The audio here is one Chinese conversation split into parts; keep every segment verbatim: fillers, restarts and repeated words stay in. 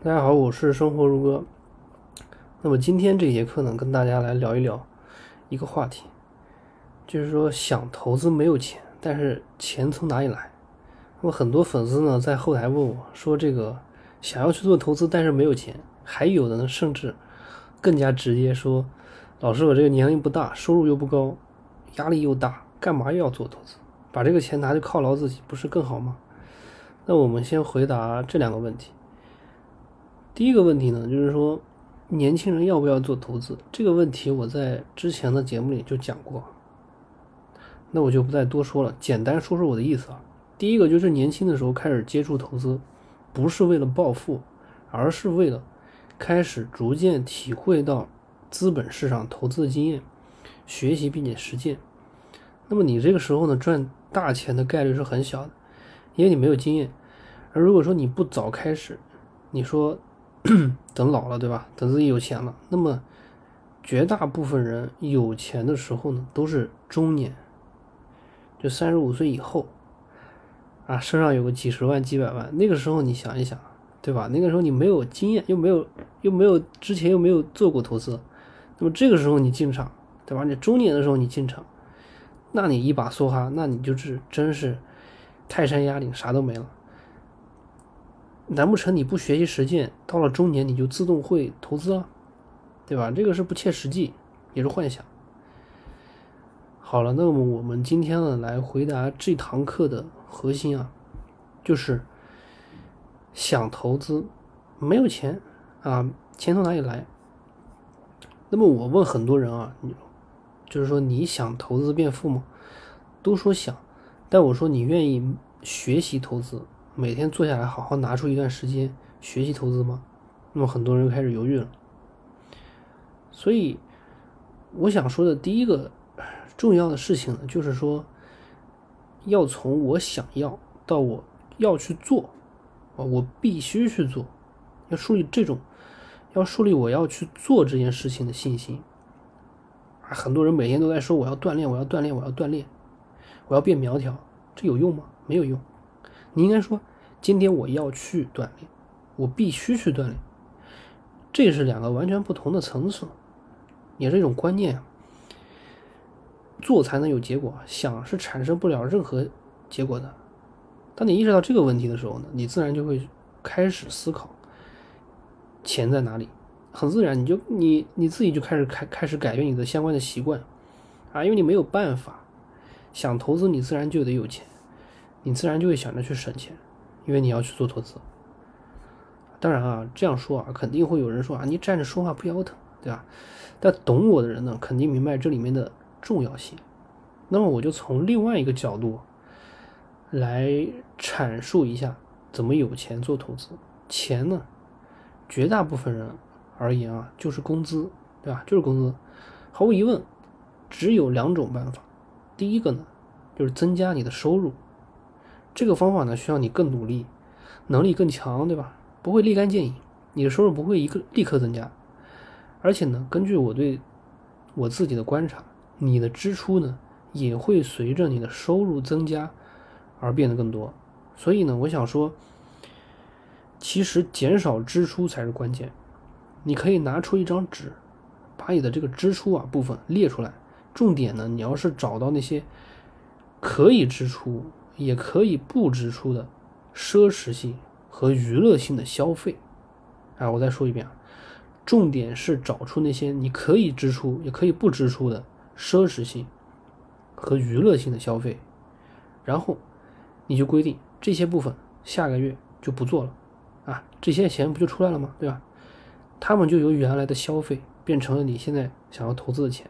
大家好，我是生活如歌。那么今天这节课呢，跟大家来聊一聊一个话题，就是说想投资没有钱，但是钱从哪里来？那么很多粉丝呢在后台问我说，这个想要去做投资，但是没有钱，还有的呢甚至更加直接说，老师我这个年龄不大，收入又不高，压力又大，干嘛又要做投资？把这个钱拿去犒劳自己，不是更好吗？那我们先回答这两个问题。第一个问题呢，就是说年轻人要不要做投资这个问题，我在之前的节目里就讲过，那我就不再多说了，简单说说我的意思啊。第一个就是年轻的时候开始接触投资，不是为了暴富，而是为了开始逐渐体会到资本市场投资的经验，学习并且实践。那么你这个时候呢，赚大钱的概率是很小的，因为你没有经验。而如果说你不早开始，你说等老了，对吧？等自己有钱了，那么绝大部分人有钱的时候呢，都是中年，就三十五岁以后啊，身上有个几十万、几百万。那个时候你想一想，对吧？那个时候你没有经验，又没有又没有之前又没有做过投资，那么这个时候你进场，对吧？你中年的时候你进场，那你一把梭哈，那你就是真是泰山压顶，啥都没了。难不成你不学习实践，到了中年你就自动会投资了，对吧？这个是不切实际，也是幻想。好了，那么我们今天呢来回答这堂课的核心啊，就是想投资没有钱啊，钱从哪里来？那么我问很多人啊，就是说你想投资变富吗？都说想，但我说你愿意学习投资，每天坐下来好好拿出一段时间学习投资吗？那么很多人开始犹豫了。所以我想说的第一个重要的事情呢，就是说要从我想要到我要去做，我必须去做，要树立这种要树立我要去做这件事情的信心。很多人每天都在说我要锻炼，我要锻炼，我要锻炼，我要变苗条，这有用吗？没有用。你应该说今天我要去锻炼，我必须去锻炼，这是两个完全不同的层次，也是一种观念。做才能有结果，想是产生不了任何结果的。当你意识到这个问题的时候呢，你自然就会开始思考钱在哪里，很自然你就你你自己就开始开开始改变你的相关的习惯啊，因为你没有办法想投资，你自然就得有钱，你自然就会想着去省钱，因为你要去做投资。当然啊，这样说啊，肯定会有人说啊，你站着说话不腰疼，对吧？但懂我的人呢，肯定明白这里面的重要性。那么我就从另外一个角度来阐述一下怎么有钱做投资。钱呢，绝大部分人而言啊，就是工资，对吧？就是工资。毫无疑问，只有两种办法。第一个呢，就是增加你的收入。这个方法呢，需要你更努力，能力更强，对吧？不会立竿见影，你的收入不会一个立刻增加。而且呢，根据我对我自己的观察，你的支出呢也会随着你的收入增加而变得更多。所以呢，我想说，其实减少支出才是关键。你可以拿出一张纸，把你的这个支出啊部分列出来。重点呢，你要是找到那些可以支出也可以不支出的奢侈性和娱乐性的消费。啊，我再说一遍啊，重点是找出那些你可以支出也可以不支出的奢侈性和娱乐性的消费，然后你就规定这些部分下个月就不做了啊，这些钱不就出来了吗？对吧？他们就由原来的消费变成了你现在想要投资的钱。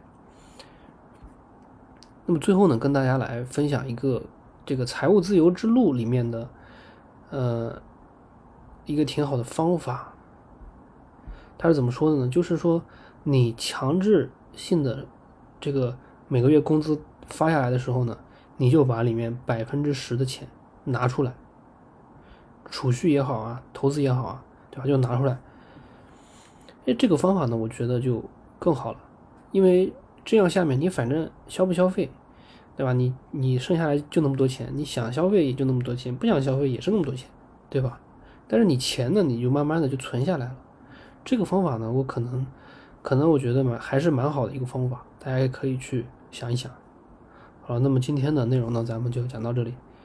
那么最后呢，跟大家来分享一个这个财务自由之路里面的呃一个挺好的方法。他是怎么说的呢？就是说你强制性的这个每个月工资发下来的时候呢，你就把里面百分之十的钱拿出来，储蓄也好啊，投资也好啊，对吧？就拿出来。哎，这个方法呢，我觉得就更好了，因为这样下面你反正消不消费，对吧？你你剩下来就那么多钱，你想消费也就那么多钱，不想消费也是那么多钱，对吧？ 但是你钱呢，你就慢慢的就存下来了。这个方法呢，我可能可能我觉得蛮还是蛮好的一个方法，大家也可以去想一想。好了，那么今天的内容呢，咱们就讲到这里。